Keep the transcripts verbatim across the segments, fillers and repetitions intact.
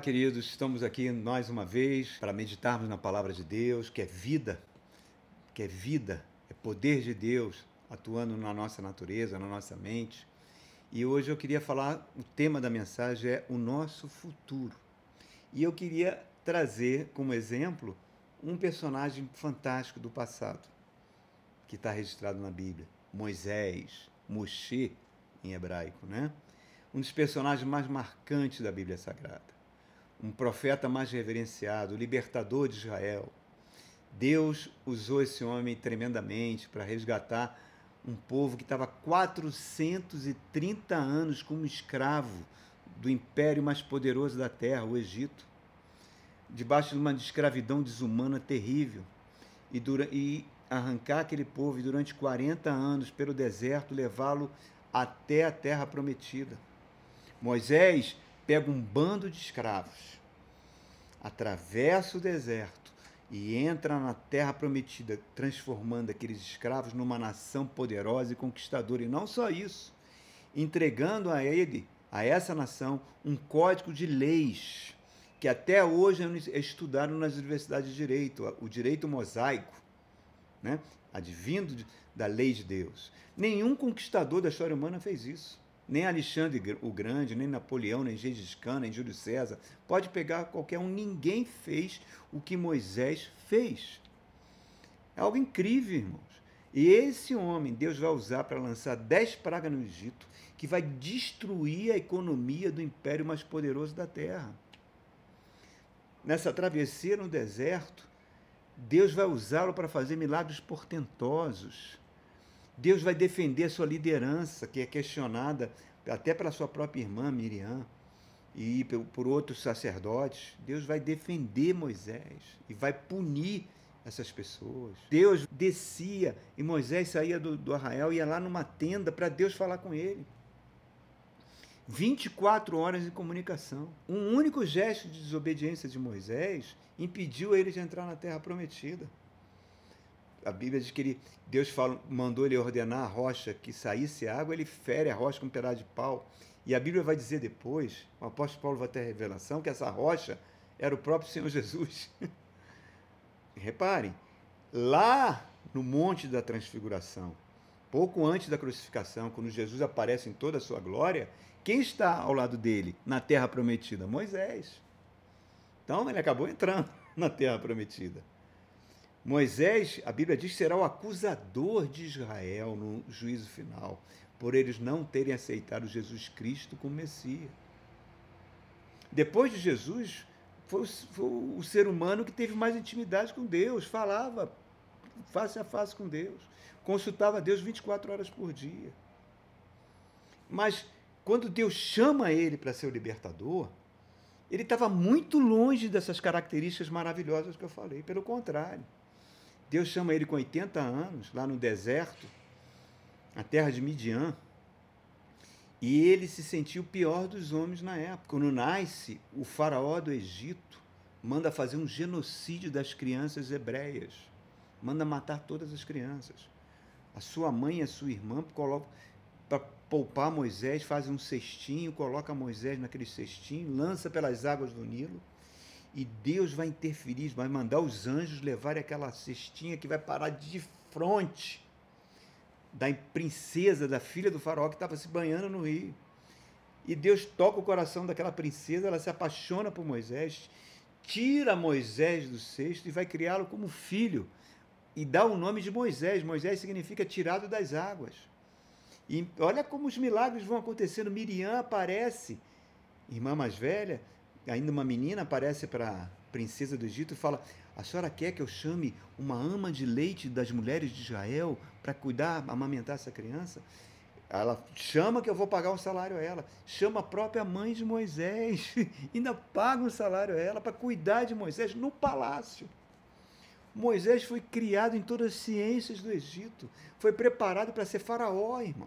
queridos, estamos aqui mais uma vez para meditarmos na palavra de Deus, que é vida, que é vida, é poder de Deus atuando na nossa natureza, na nossa mente. E hoje eu queria falar, o tema da mensagem é o nosso futuro. E eu queria trazer como exemplo um personagem fantástico do passado, que está registrado na Bíblia, Moisés, Moshe em hebraico, né? Um dos personagens mais marcantes da Bíblia Sagrada. Um profeta mais reverenciado, o libertador de Israel. Deus usou esse homem tremendamente para resgatar um povo que estava quatrocentos e trinta anos como escravo do império mais poderoso da terra, o Egito, debaixo de uma escravidão desumana terrível, e, dura, e arrancar aquele povo e durante quarenta anos pelo deserto levá-lo até a terra prometida. Moisés pega um bando de escravos, atravessa o deserto e entra na terra prometida, transformando aqueles escravos numa nação poderosa e conquistadora. E não só isso, entregando a ele, a essa nação, um código de leis que até hoje é estudado nas universidades de direito, o direito mosaico, né? Advindo da lei de Deus. Nenhum conquistador da história humana fez isso. Nem Alexandre o Grande, nem Napoleão, nem Gengis Khan, nem Júlio César. Pode pegar qualquer um, ninguém fez o que Moisés fez. É algo incrível, irmãos. E esse homem, Deus vai usar para lançar dez pragas no Egito, que vai destruir a economia do império mais poderoso da terra. Nessa travessia no deserto, Deus vai usá-lo para fazer milagres portentosos. Deus vai defender a sua liderança, que é questionada até pela sua própria irmã Miriam e por outros sacerdotes. Deus vai defender Moisés e vai punir essas pessoas. Deus descia e Moisés saía do, do arraial e ia lá numa tenda para Deus falar com ele. vinte e quatro horas de comunicação. Um único gesto de desobediência de Moisés impediu ele de entrar na terra prometida. A Bíblia diz que ele, Deus fala, mandou ele ordenar a rocha que saísse água, ele fere a rocha com um pedaço de pau. E a Bíblia vai dizer depois, o apóstolo Paulo vai ter a revelação, que essa rocha era o próprio Senhor Jesus. Reparem, lá no Monte da Transfiguração, pouco antes da crucificação, quando Jesus aparece em toda a sua glória, quem está ao lado dele na terra prometida? Moisés. Então ele acabou entrando na terra prometida. Moisés, a Bíblia diz, será o acusador de Israel no juízo final, por eles não terem aceitado Jesus Cristo como Messias. Depois de Jesus, foi, foi o ser humano que teve mais intimidade com Deus, falava face a face com Deus, consultava Deus vinte e quatro horas por dia. Mas quando Deus chama ele para ser o libertador, ele estava muito longe dessas características maravilhosas que eu falei. Pelo contrário, Deus chama ele com oitenta anos, lá no deserto, na terra de Midian, e ele se sentiu o pior dos homens na época. Quando nasce, o faraó do Egito manda fazer um genocídio das crianças hebreias, manda matar todas as crianças. A sua mãe e a sua irmã colocam, para poupar Moisés, fazem um cestinho, coloca Moisés naquele cestinho, lança pelas águas do Nilo, e Deus vai interferir, vai mandar os anjos levarem aquela cestinha que vai parar de frente da princesa, da filha do faraó que estava se banhando no rio. E Deus toca o coração daquela princesa, ela se apaixona por Moisés, tira Moisés do cesto e vai criá-lo como filho, e dá o nome de Moisés. Moisés significa tirado das águas. E olha como os milagres vão acontecendo. Miriam aparece, irmã mais velha, ainda uma menina, aparece para a princesa do Egito e fala: a senhora quer que eu chame uma ama de leite das mulheres de Israel para cuidar, amamentar essa criança? Ela chama que eu vou pagar um salário a ela. Chama a própria mãe de Moisés, ainda paga um salário a ela para cuidar de Moisés no palácio. Moisés foi criado em todas as ciências do Egito, foi preparado para ser faraó, irmãos.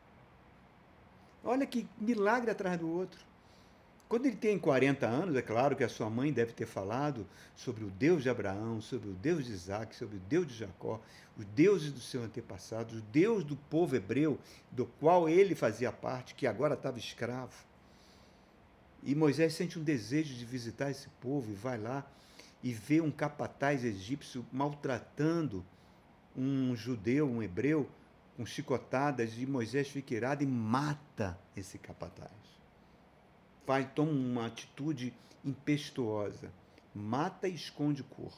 Olha que milagre atrás do outro. Quando ele tem quarenta anos, é claro que a sua mãe deve ter falado sobre o Deus de Abraão, sobre o Deus de Isaac, sobre o Deus de Jacó, os deuses do seu antepassado, os Deus do povo hebreu, do qual ele fazia parte, que agora estava escravo. E Moisés sente um desejo de visitar esse povo e vai lá e vê um capataz egípcio maltratando um judeu, um hebreu, com chicotadas, e Moisés fica irado e mata esse capataz. Faz, toma uma atitude impetuosa, mata e esconde o corpo.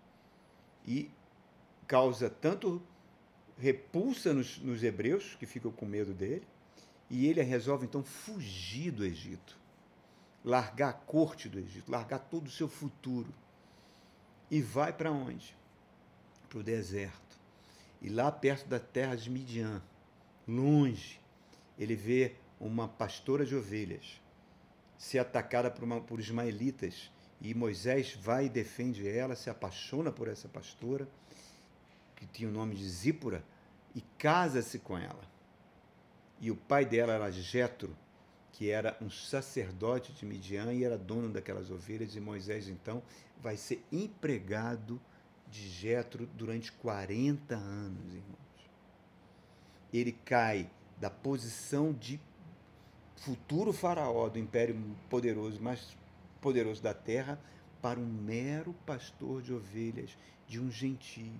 E causa tanto repulsa nos, nos hebreus, que ficam com medo dele, e ele resolve então fugir do Egito, largar a corte do Egito, largar todo o seu futuro. E vai para onde? Para o deserto. E lá perto da terra de Midian, longe, ele vê uma pastora de ovelhas ser atacada por, uma, por ismaelitas. E Moisés vai e defende ela, se apaixona por essa pastora, que tinha o nome de Zípora, e casa-se com ela. E o pai dela era Jetro, que era um sacerdote de Midian e era dono daquelas ovelhas, e Moisés, então, vai ser empregado de Jetro durante quarenta anos, irmãos. Ele cai da posição de futuro faraó do império poderoso, mais poderoso da terra, para um mero pastor de ovelhas de um gentio.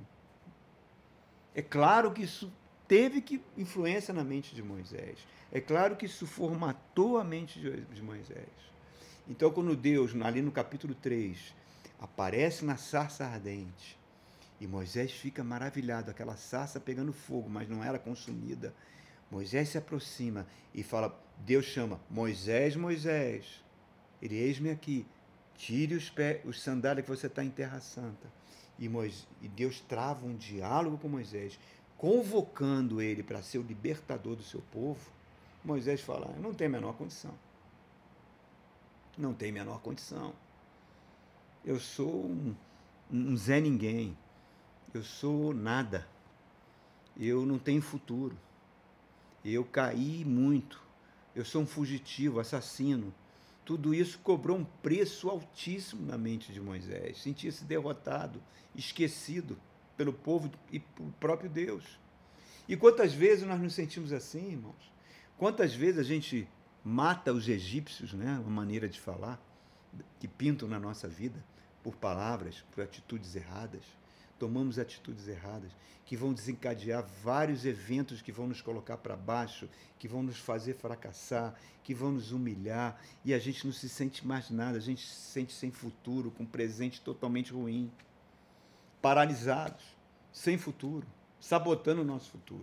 É claro que isso teve que influência na mente de Moisés. É claro que isso formatou a mente de Moisés. Então, quando Deus, ali no capítulo três, aparece na sarça ardente, e Moisés fica maravilhado, aquela sarça pegando fogo, mas não era consumida. Moisés se aproxima e fala, Deus chama, Moisés, Moisés, ele, eis-me aqui, tire os, pés, os sandálias que você está em terra santa. E, Moisés, e Deus trava um diálogo com Moisés, convocando ele para ser o libertador do seu povo. Moisés fala, não tem a menor condição. Não tem a menor condição. Eu sou um, um Zé Ninguém. Eu sou nada. Eu não tenho futuro. Eu caí muito. Eu sou um fugitivo, assassino. Tudo isso cobrou um preço altíssimo na mente de Moisés. Sentia-se derrotado, esquecido pelo povo e pelo próprio Deus. E quantas vezes nós nos sentimos assim, irmãos? Quantas vezes a gente mata os egípcios, né? Uma maneira de falar, que pintam na nossa vida, por palavras, por atitudes erradas. Tomamos atitudes erradas, que vão desencadear vários eventos que vão nos colocar para baixo, que vão nos fazer fracassar, que vão nos humilhar, e a gente não se sente mais nada, a gente se sente sem futuro, com um presente totalmente ruim, paralisados, sem futuro, sabotando o nosso futuro.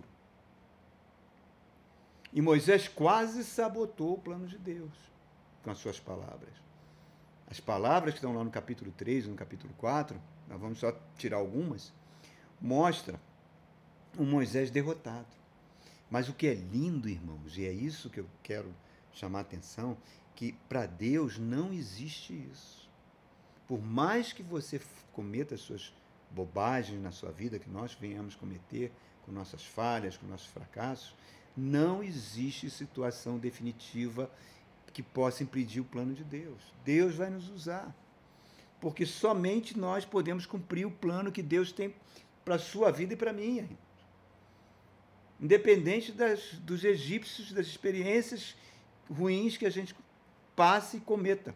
E Moisés quase sabotou o plano de Deus com as suas palavras. As palavras que estão lá no capítulo três, no capítulo quatro, nós vamos só tirar algumas, mostra um Moisés derrotado. Mas o que é lindo, irmãos, e é isso que eu quero chamar a atenção, que para Deus não existe isso. Por mais que você cometa as suas bobagens na sua vida, que nós venhamos cometer com nossas falhas, com nossos fracassos, não existe situação definitiva que possa impedir o plano de Deus. Deus vai nos usar. Porque somente nós podemos cumprir o plano que Deus tem para a sua vida e para a minha. Independente das, dos egípcios, das experiências ruins que a gente passe e cometa.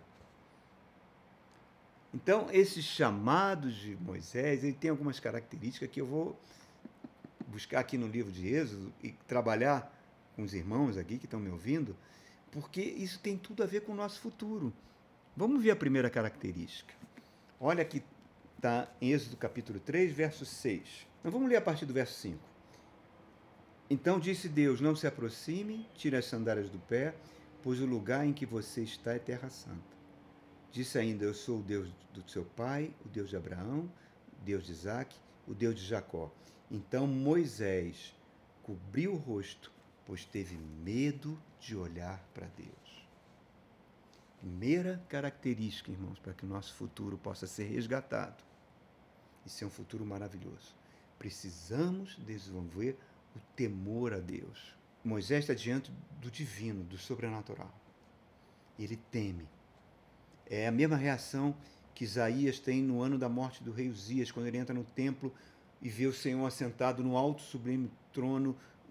Então, esses chamados de Moisés, ele tem algumas características que eu vou buscar aqui no livro de Êxodo e trabalhar com os irmãos aqui que estão me ouvindo, porque isso tem tudo a ver com o nosso futuro. Vamos ver a primeira característica. Olha aqui, está em Êxodo capítulo três, verso seis. Nós vamos ler a partir do verso cinco. Então disse Deus, não se aproxime, tire as sandálias do pé, pois o lugar em que você está é terra santa. Disse ainda, eu sou o Deus do seu pai, o Deus de Abraão, o Deus de Isaque, o Deus de Jacó. Então Moisés cobriu o rosto, pois teve medo de olhar para Deus. Primeira característica, irmãos, para que o nosso futuro possa ser resgatado e ser um futuro maravilhoso. Precisamos desenvolver o temor a Deus. Moisés está diante do divino, do sobrenatural. Ele teme. É a mesma reação que Isaías tem no ano da morte do rei Uzias, quando ele entra no templo e vê o Senhor assentado no alto sublime trono,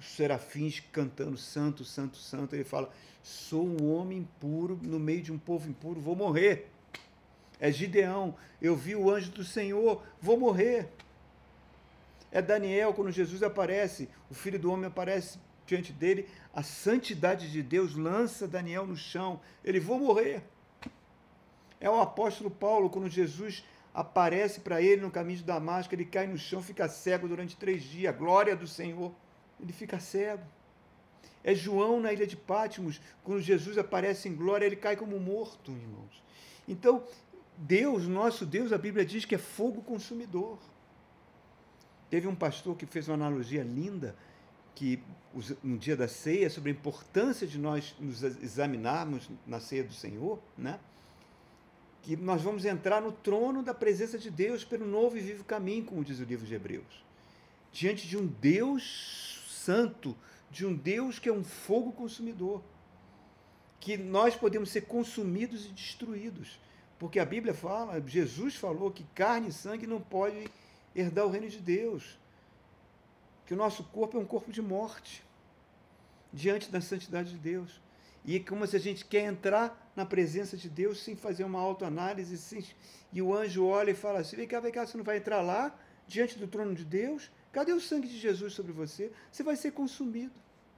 os serafins cantando santo, santo, santo. Ele fala, sou um homem impuro no meio de um povo impuro, vou morrer. É Gideão, eu vi o anjo do Senhor, vou morrer. É Daniel, quando Jesus aparece, o Filho do Homem aparece diante dele, a santidade de Deus lança Daniel no chão, ele, vou morrer. É o apóstolo Paulo, quando Jesus aparece para ele no caminho de Damasco, ele cai no chão, fica cego durante três dias, glória do Senhor, ele fica cego. É João na ilha de Patmos, quando Jesus aparece em glória, ele cai como morto, irmãos. Então, Deus, nosso Deus, a Bíblia diz que é fogo consumidor. Teve um pastor que fez uma analogia linda, que no dia da ceia, sobre a importância de nós nos examinarmos na ceia do Senhor, né? Que nós vamos entrar no trono da presença de Deus pelo novo e vivo caminho, como diz o livro de Hebreus. Diante de um Deus santo, de um Deus que é um fogo consumidor, que nós podemos ser consumidos e destruídos, porque a Bíblia fala, Jesus falou que carne e sangue não podem herdar o reino de Deus, que o nosso corpo é um corpo de morte, diante da santidade de Deus. E é como se a gente quer entrar na presença de Deus sem fazer uma autoanálise, sem... e o anjo olha e fala assim, vem cá, vem cá, você não vai entrar lá, diante do trono de Deus? Cadê o sangue de Jesus sobre você? Você vai ser consumido.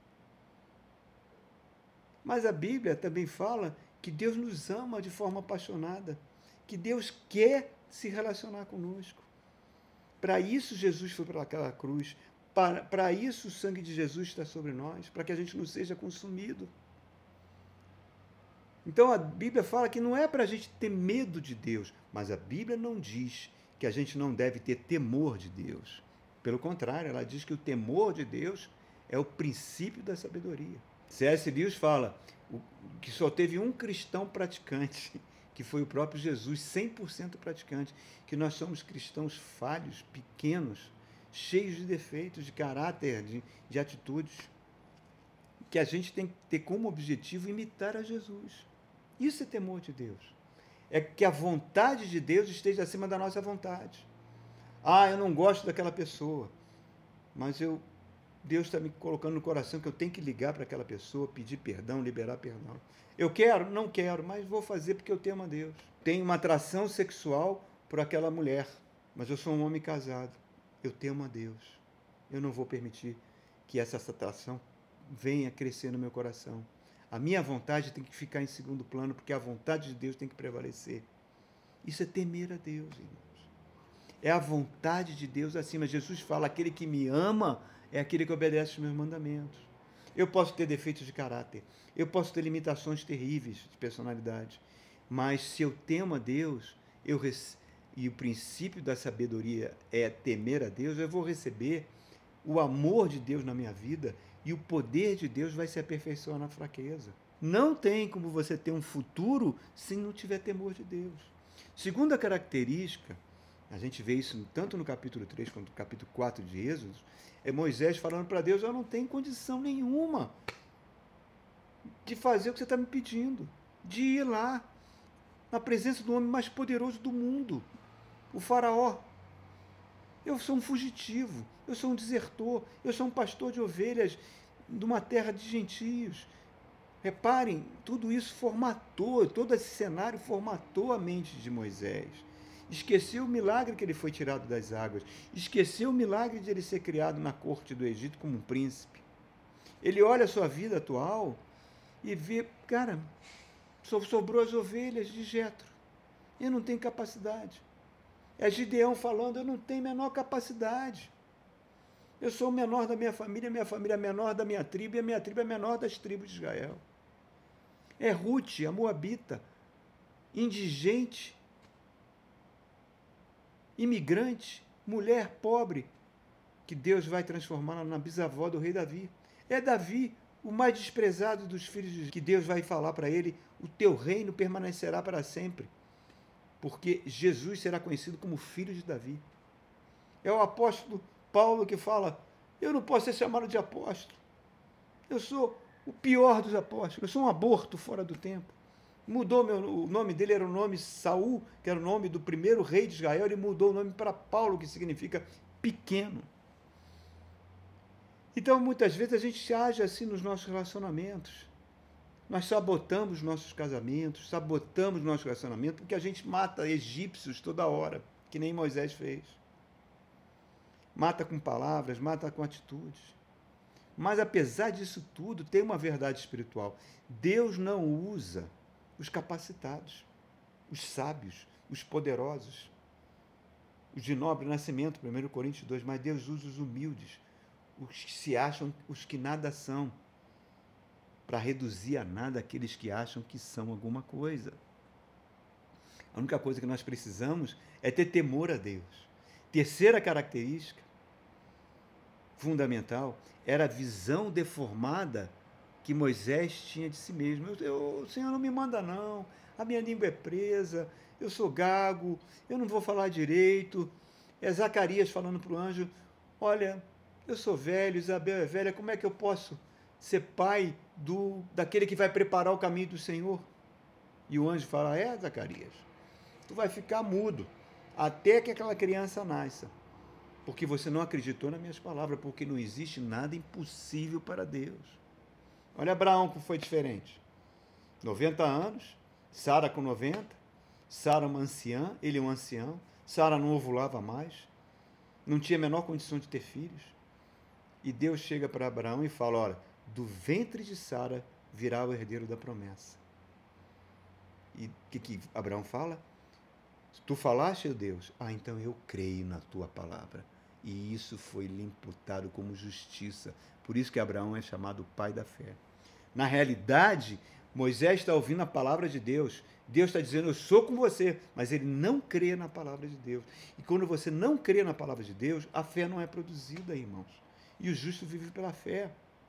Mas a Bíblia também fala que Deus nos ama de forma apaixonada, que Deus quer se relacionar conosco. Para isso Jesus foi para aquela cruz, para, para isso o sangue de Jesus está sobre nós, para que a gente não seja consumido. Então a Bíblia fala que não é para a gente ter medo de Deus, mas a Bíblia não diz que a gente não deve ter temor de Deus. Pelo contrário, ela diz que o temor de Deus é o princípio da sabedoria. C S Lewis fala que só teve um cristão praticante, que foi o próprio Jesus, cem por cento praticante, que nós somos cristãos falhos, pequenos, cheios de defeitos, de caráter, de, de atitudes, que a gente tem que ter como objetivo imitar a Jesus. Isso é temor de Deus. É que a vontade de Deus esteja acima da nossa vontade. Ah, eu não gosto daquela pessoa, mas eu, Deus está me colocando no coração que eu tenho que ligar para aquela pessoa, pedir perdão, liberar perdão. Eu quero? Não quero, mas vou fazer porque eu temo a Deus. Tenho uma atração sexual por aquela mulher, mas eu sou um homem casado. Eu temo a Deus. Eu não vou permitir que essa atração venha crescer no meu coração. A minha vontade tem que ficar em segundo plano, porque a vontade de Deus tem que prevalecer. Isso é temer a Deus, irmãos. É a vontade de Deus acima. Jesus fala, aquele que me ama é aquele que obedece os meus mandamentos. Eu posso ter defeitos de caráter, eu posso ter limitações terríveis de personalidade, mas se eu temo a Deus, eu rece... e o princípio da sabedoria é temer a Deus, eu vou receber o amor de Deus na minha vida, e o poder de Deus vai se aperfeiçoar na fraqueza. Não tem como você ter um futuro se não tiver temor de Deus. Segunda característica, a gente vê isso tanto no capítulo três quanto no capítulo quatro de Êxodo, é Moisés falando para Deus, eu não tenho condição nenhuma de fazer o que você está me pedindo, de ir lá, na presença do homem mais poderoso do mundo, o faraó. Eu sou um fugitivo, eu sou um desertor, eu sou um pastor de ovelhas de uma terra de gentios. Reparem, tudo isso formatou, todo esse cenário formatou a mente de Moisés. Esqueceu o milagre que ele foi tirado das águas, esqueceu o milagre de ele ser criado na corte do Egito como um príncipe. Ele olha a sua vida atual e vê, cara, só sobrou as ovelhas de Jetro, eu não tenho capacidade. É Gideão falando, eu não tenho a menor capacidade. Eu sou o menor da minha família, minha família é menor da minha tribo, e a minha tribo é menor das tribos de Israel. É Ruth, a moabita, indigente, imigrante, mulher pobre, que Deus vai transformar na bisavó do rei Davi. É Davi, o mais desprezado dos filhos de Deus, que Deus vai falar para ele, o teu reino permanecerá para sempre, porque Jesus será conhecido como filho de Davi. É o apóstolo Paulo que fala, eu não posso ser chamado de apóstolo, eu sou o pior dos apóstolos, eu sou um aborto fora do tempo. Mudou meu, o nome dele era o nome Saul, que era o nome do primeiro rei de Israel, ele mudou o nome para Paulo, que significa pequeno. Então, muitas vezes, a gente age assim nos nossos relacionamentos. Nós sabotamos nossos casamentos, sabotamos nosso relacionamento, porque a gente mata egípcios toda hora, que nem Moisés fez. Mata com palavras, mata com atitudes. Mas, apesar disso tudo, tem uma verdade espiritual. Deus não usa os capacitados, os sábios, os poderosos, os de nobre nascimento, primeiro Coríntios dois, mas Deus usa os humildes, os que se acham, os que nada são, para reduzir a nada aqueles que acham que são alguma coisa. A única coisa que nós precisamos é ter temor a Deus. Terceira característica fundamental era a visão deformada que Moisés tinha de si mesmo. Eu, eu, o Senhor não me manda não, a minha língua é presa, eu sou gago, eu não vou falar direito. É Zacarias falando para o anjo, olha, eu sou velho, Isabel é velha, como é que eu posso ser pai do, daquele que vai preparar o caminho do Senhor? E o anjo fala, é, Zacarias, tu vai ficar mudo até que aquela criança nasça, porque você não acreditou nas minhas palavras, porque não existe nada impossível para Deus. Olha Abraão como foi diferente. noventa anos, Sara com noventa, Sara uma anciã, ele um ancião, Sara não ovulava mais, não tinha a menor condição de ter filhos. E Deus chega para Abraão e fala, olha, do ventre de Sara virá o herdeiro da promessa. E o que, que Abraão fala? Tu falaste, Deus? Ah, então eu creio na tua palavra. E isso foi lhe imputado como justiça. Por isso que Abraão é chamado pai da fé. Na realidade, Moisés está ouvindo a palavra de Deus. Deus está dizendo, eu sou com você, mas ele não crê na palavra de Deus. E quando você não crê na palavra de Deus, a fé não é produzida, irmãos. E o justo vive pela fé.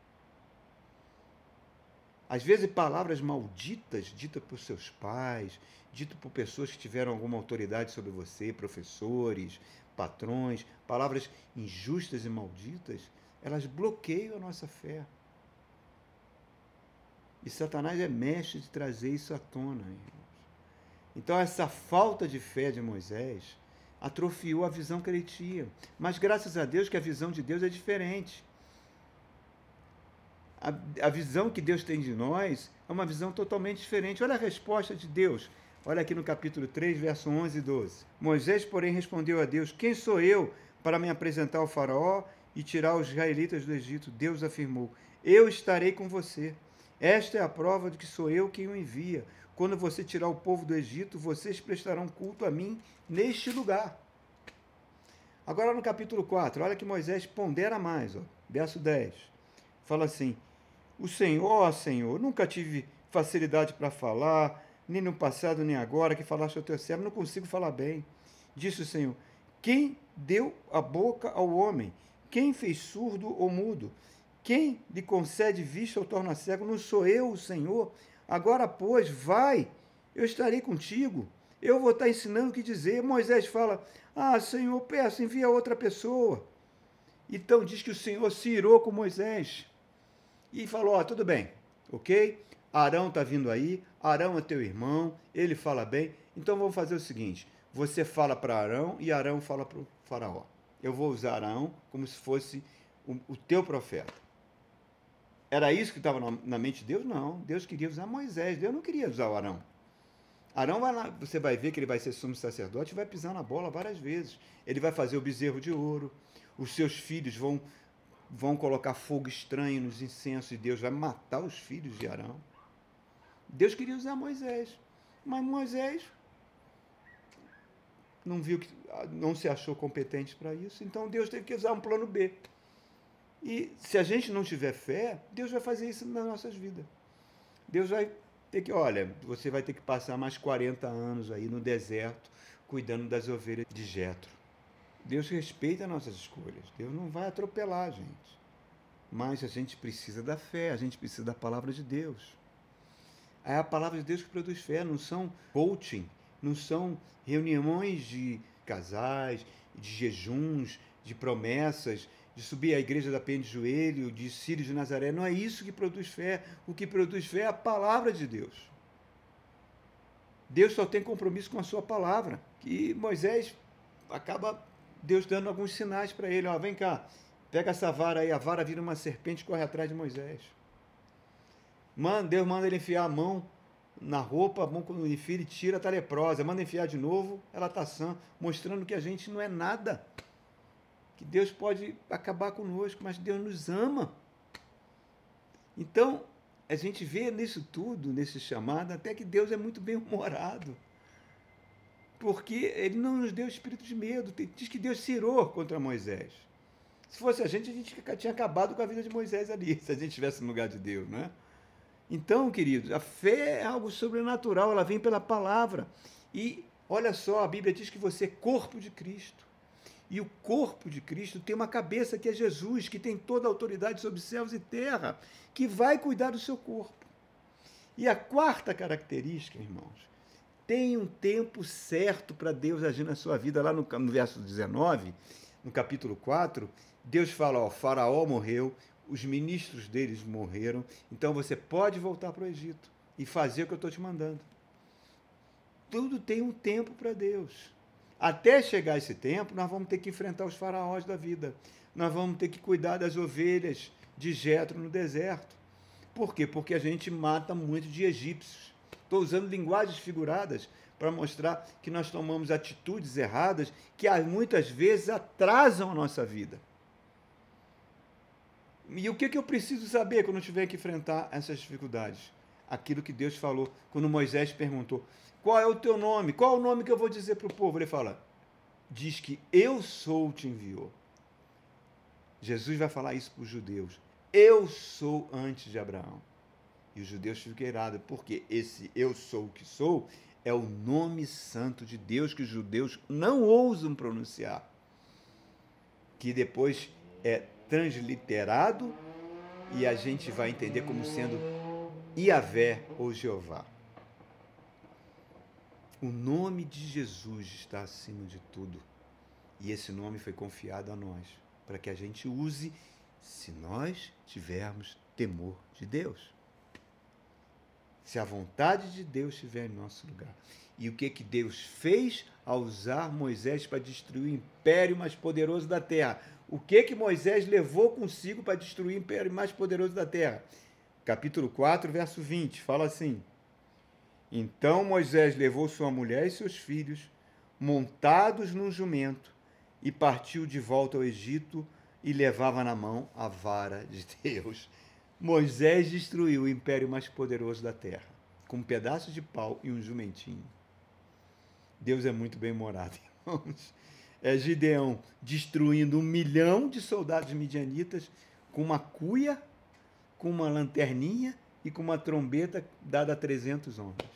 Às vezes, palavras malditas, ditas por seus pais, ditas por pessoas que tiveram alguma autoridade sobre você, professores, patrões, palavras injustas e malditas, elas bloqueiam a nossa fé. E Satanás é mestre de trazer isso à tona, irmãos. Então, essa falta de fé de Moisés atrofiou a visão que ele tinha. Mas, graças a Deus, que a visão de Deus é diferente. A, a visão que Deus tem de nós é uma visão totalmente diferente. Olha a resposta de Deus. Olha aqui no capítulo três, verso onze e doze. Moisés, porém, respondeu a Deus, quem sou eu para me apresentar ao faraó e tirar os israelitas do Egito? Deus afirmou, eu estarei com você. Esta é a prova de que sou eu quem o envia. Quando você tirar o povo do Egito, vocês prestarão culto a mim neste lugar. Agora no capítulo quatro, olha que Moisés pondera mais, ó, verso dez. Fala assim, o Senhor, ó Senhor, nunca tive facilidade para falar, nem no passado nem agora, que falaste ao teu servo, não consigo falar bem. Disse o Senhor, quem deu a boca ao homem? Quem fez surdo ou mudo? Quem lhe concede vista ou torna cego? Não sou eu, o Senhor? Agora, pois, vai, eu estarei contigo. Eu vou estar ensinando o que dizer. Moisés fala, ah, Senhor, peço, envia outra pessoa. Então diz que o Senhor se irou com Moisés. E falou, ó, tudo bem, ok? Arão está vindo aí, Arão é teu irmão, ele fala bem. Então vamos fazer o seguinte, você fala para Arão e Arão fala para o faraó. Eu vou usar Arão como se fosse o, o teu profeta. Era isso que estava na mente de Deus? Não. Deus queria usar Moisés. Deus não queria usar o Arão. Arão, vai lá, você vai ver que ele vai ser sumo sacerdote e vai pisar na bola várias vezes. Ele vai fazer o bezerro de ouro. Os seus filhos vão, vão colocar fogo estranho nos incensos e Deus vai matar os filhos de Arão. Deus queria usar Moisés. Mas Moisés não viu que, não se achou competente para isso. Então Deus teve que usar um plano B. E se a gente não tiver fé, Deus vai fazer isso nas nossas vidas. Deus vai ter que, olha, você vai ter que passar mais quarenta anos aí no deserto, cuidando das ovelhas de Jetro. Deus respeita nossas escolhas. Deus não vai atropelar a gente. Mas a gente precisa da fé, a gente precisa da palavra de Deus. É a palavra de Deus que produz fé, não são coaching, não são reuniões de casais, de jejuns, de promessas, de subir à igreja da penha de joelho, de Sírio de Nazaré. Não é isso que produz fé. O que produz fé é a palavra de Deus. Deus só tem compromisso com a sua palavra. E Moisés acaba Deus dando alguns sinais para ele. Ó, vem cá, Pega essa vara aí, a vara vira uma serpente e corre atrás de Moisés. Manda, Deus manda ele enfiar a mão na roupa, a mão quando ele enfia, ele tira, está leprosa. Manda enfiar de novo, ela está sã, mostrando que a gente não é nada. Que Deus pode acabar conosco, mas Deus nos ama. Então, a gente vê nisso tudo, nesse chamado, até que Deus é muito bem-humorado. Porque ele não nos deu espírito de medo. Diz que Deus se irou contra Moisés. Se fosse a gente, a gente tinha acabado com a vida de Moisés ali, se a gente estivesse no lugar de Deus, não é? Então, queridos, a fé é algo sobrenatural, ela vem pela palavra. E, olha só, a Bíblia diz que você é corpo de Cristo. E o corpo de Cristo tem uma cabeça que é Jesus, que tem toda a autoridade sobre céus e terra, que vai cuidar do seu corpo. E a quarta característica, irmãos, tem um tempo certo para Deus agir na sua vida. Lá no, no verso dezenove, no capítulo quatro, Deus fala, ó, Faraó morreu, os ministros deles morreram, então você pode voltar para o Egito e fazer o que eu estou te mandando. Tudo tem um tempo para Deus. Até chegar esse tempo, nós vamos ter que enfrentar os faraós da vida. Nós vamos ter que cuidar das ovelhas de Jetro no deserto. Por quê? Porque a gente mata muito de egípcios. Estou usando linguagens figuradas para mostrar que nós tomamos atitudes erradas que muitas vezes atrasam a nossa vida. E o que, que eu preciso saber quando eu tiver que enfrentar essas dificuldades? Aquilo que Deus falou quando Moisés perguntou, qual é o teu nome? Qual é o nome que eu vou dizer para o povo? Ele fala, diz que eu sou te enviou. Jesus vai falar isso para os judeus. Eu sou antes de Abraão. E os judeus ficam irados, porque esse eu sou o que sou é o nome santo de Deus que os judeus não ousam pronunciar. Que depois é transliterado e a gente vai entender como sendo Iavé ou Jeová. O nome de Jesus está acima de tudo. E esse nome foi confiado a nós, para que a gente use se nós tivermos temor de Deus. Se a vontade de Deus estiver em nosso lugar. E o que, que Deus fez ao usar Moisés para destruir o império mais poderoso da terra? O que, que Moisés levou consigo para destruir o império mais poderoso da terra? Capítulo quatro, verso vinte, fala assim, então Moisés levou sua mulher e seus filhos, montados num jumento, e partiu de volta ao Egito e levava na mão a vara de Deus. Moisés destruiu o império mais poderoso da terra, com um pedaço de pau e um jumentinho. Deus é muito bem-humorado, irmãos. É Gideão destruindo um milhão de soldados midianitas com uma cuia, com uma lanterninha e com uma trombeta dada a trezentos homens.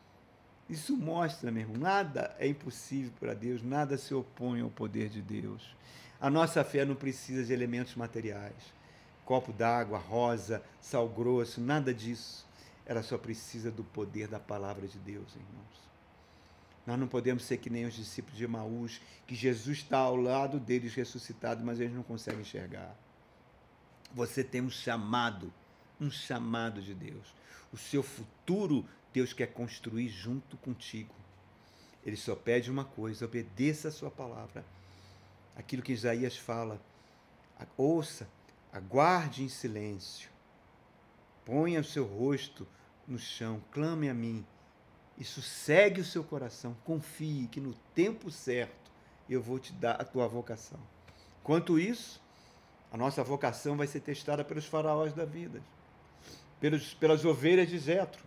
Isso mostra, meu irmão, nada é impossível para Deus, nada se opõe ao poder de Deus. A nossa fé não precisa de elementos materiais. Copo d'água, rosa, sal grosso, nada disso. Ela só precisa do poder da palavra de Deus, irmãos. Nós não podemos ser que nem os discípulos de Emaús, que Jesus está ao lado deles ressuscitado, mas eles não conseguem enxergar. Você tem um chamado, um chamado de Deus. O seu futuro, Deus quer construir junto contigo. Ele só pede uma coisa, obedeça a sua palavra. Aquilo que Isaías fala, ouça, aguarde em silêncio, ponha o seu rosto no chão, clame a mim, e sossegue o seu coração, confie que no tempo certo eu vou te dar a tua vocação. Quanto isso, a nossa vocação vai ser testada pelos faraós da vida, pelos, pelas ovelhas de Jetro,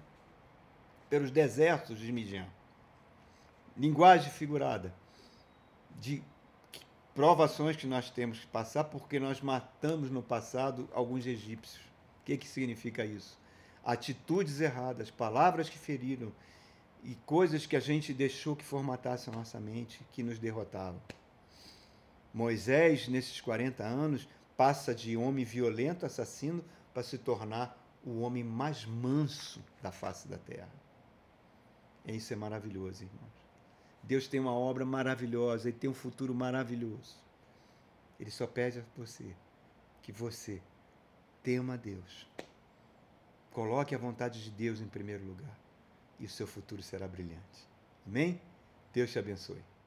pelos desertos de Midian. Linguagem figurada de provações que nós temos que passar porque nós matamos no passado alguns egípcios. O que, que significa isso? Atitudes erradas, palavras que feriram e coisas que a gente deixou que formatassem a nossa mente, que nos derrotavam. Moisés, nesses quarenta anos, passa de homem violento, assassino, para se tornar o homem mais manso da face da terra. E isso é maravilhoso, irmãos. Deus tem uma obra maravilhosa, Ele tem um futuro maravilhoso. Ele só pede a você que você tema a Deus. Coloque a vontade de Deus em primeiro lugar e o seu futuro será brilhante. Amém? Deus te abençoe.